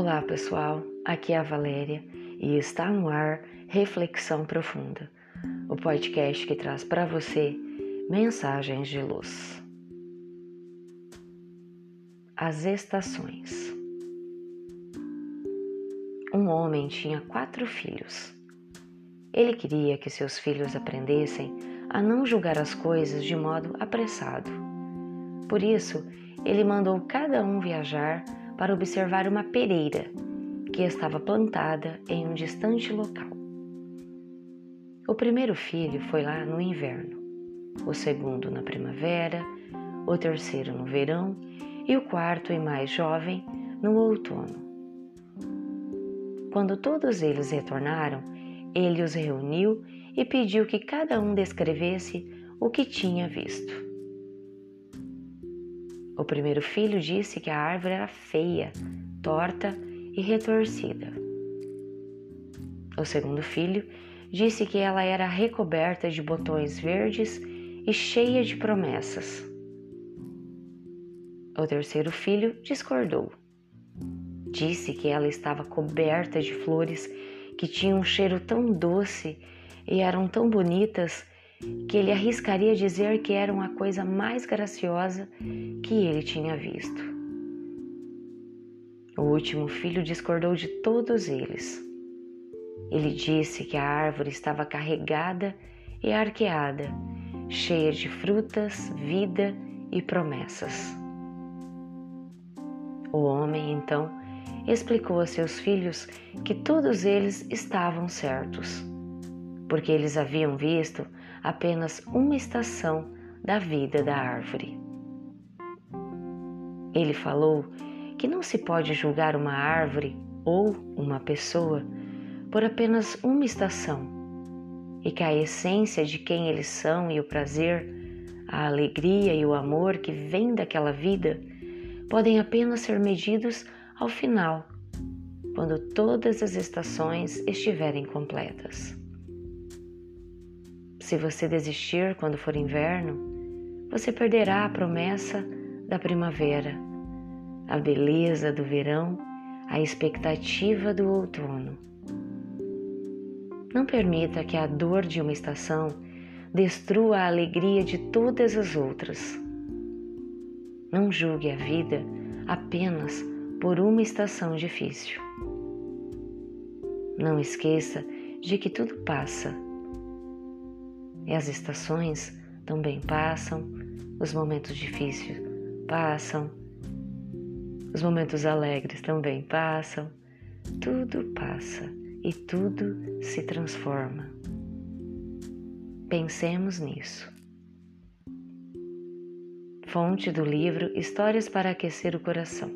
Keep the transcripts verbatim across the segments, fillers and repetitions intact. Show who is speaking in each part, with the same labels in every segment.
Speaker 1: Olá pessoal, aqui é a Valéria e está no ar Reflexão Profunda, o podcast que traz para você mensagens de luz. As estações. Um homem tinha quatro filhos. Ele queria que seus filhos aprendessem a não julgar as coisas de modo apressado. Por isso, ele mandou cada um viajar para observar uma pereira que estava plantada em um distante local. O primeiro filho foi lá no inverno, o segundo na primavera, o terceiro no verão e o quarto e mais jovem no outono. Quando todos eles retornaram, ele os reuniu e pediu que cada um descrevesse o que tinha visto. O primeiro filho disse que a árvore era feia, torta e retorcida. O segundo filho disse que ela era recoberta de botões verdes e cheia de promessas. O terceiro filho discordou. Disse que ela estava coberta de flores que tinham um cheiro tão doce e eram tão bonitas que ele arriscaria dizer que eram a coisa mais graciosa que ele tinha visto. O último filho discordou de todos eles. Ele disse que a árvore estava carregada e arqueada, cheia de frutas, vida e promessas. O homem, então, explicou a seus filhos que todos eles estavam certos, porque eles haviam visto apenas uma estação da vida da árvore. Ele falou que não se pode julgar uma árvore ou uma pessoa por apenas uma estação e que a essência de quem eles são e o prazer, a alegria e o amor que vem daquela vida podem apenas ser medidos ao final, quando todas as estações estiverem completas. Se você desistir quando for inverno, você perderá a promessa da primavera, a beleza do verão, a expectativa do outono. Não permita que a dor de uma estação destrua a alegria de todas as outras. Não julgue a vida apenas por uma estação difícil. Não esqueça de que tudo passa. E as estações também passam, os momentos difíceis passam, os momentos alegres também passam, tudo passa e tudo se transforma. Pensemos nisso. Fonte do livro Histórias para Aquecer o Coração.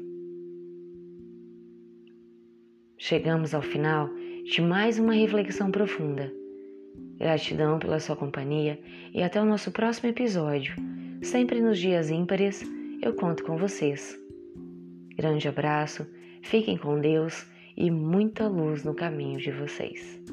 Speaker 1: Chegamos ao final de mais uma reflexão profunda. Gratidão pela sua companhia e até o nosso próximo episódio. Sempre nos dias ímpares, eu conto com vocês. Grande abraço, fiquem com Deus e muita luz no caminho de vocês.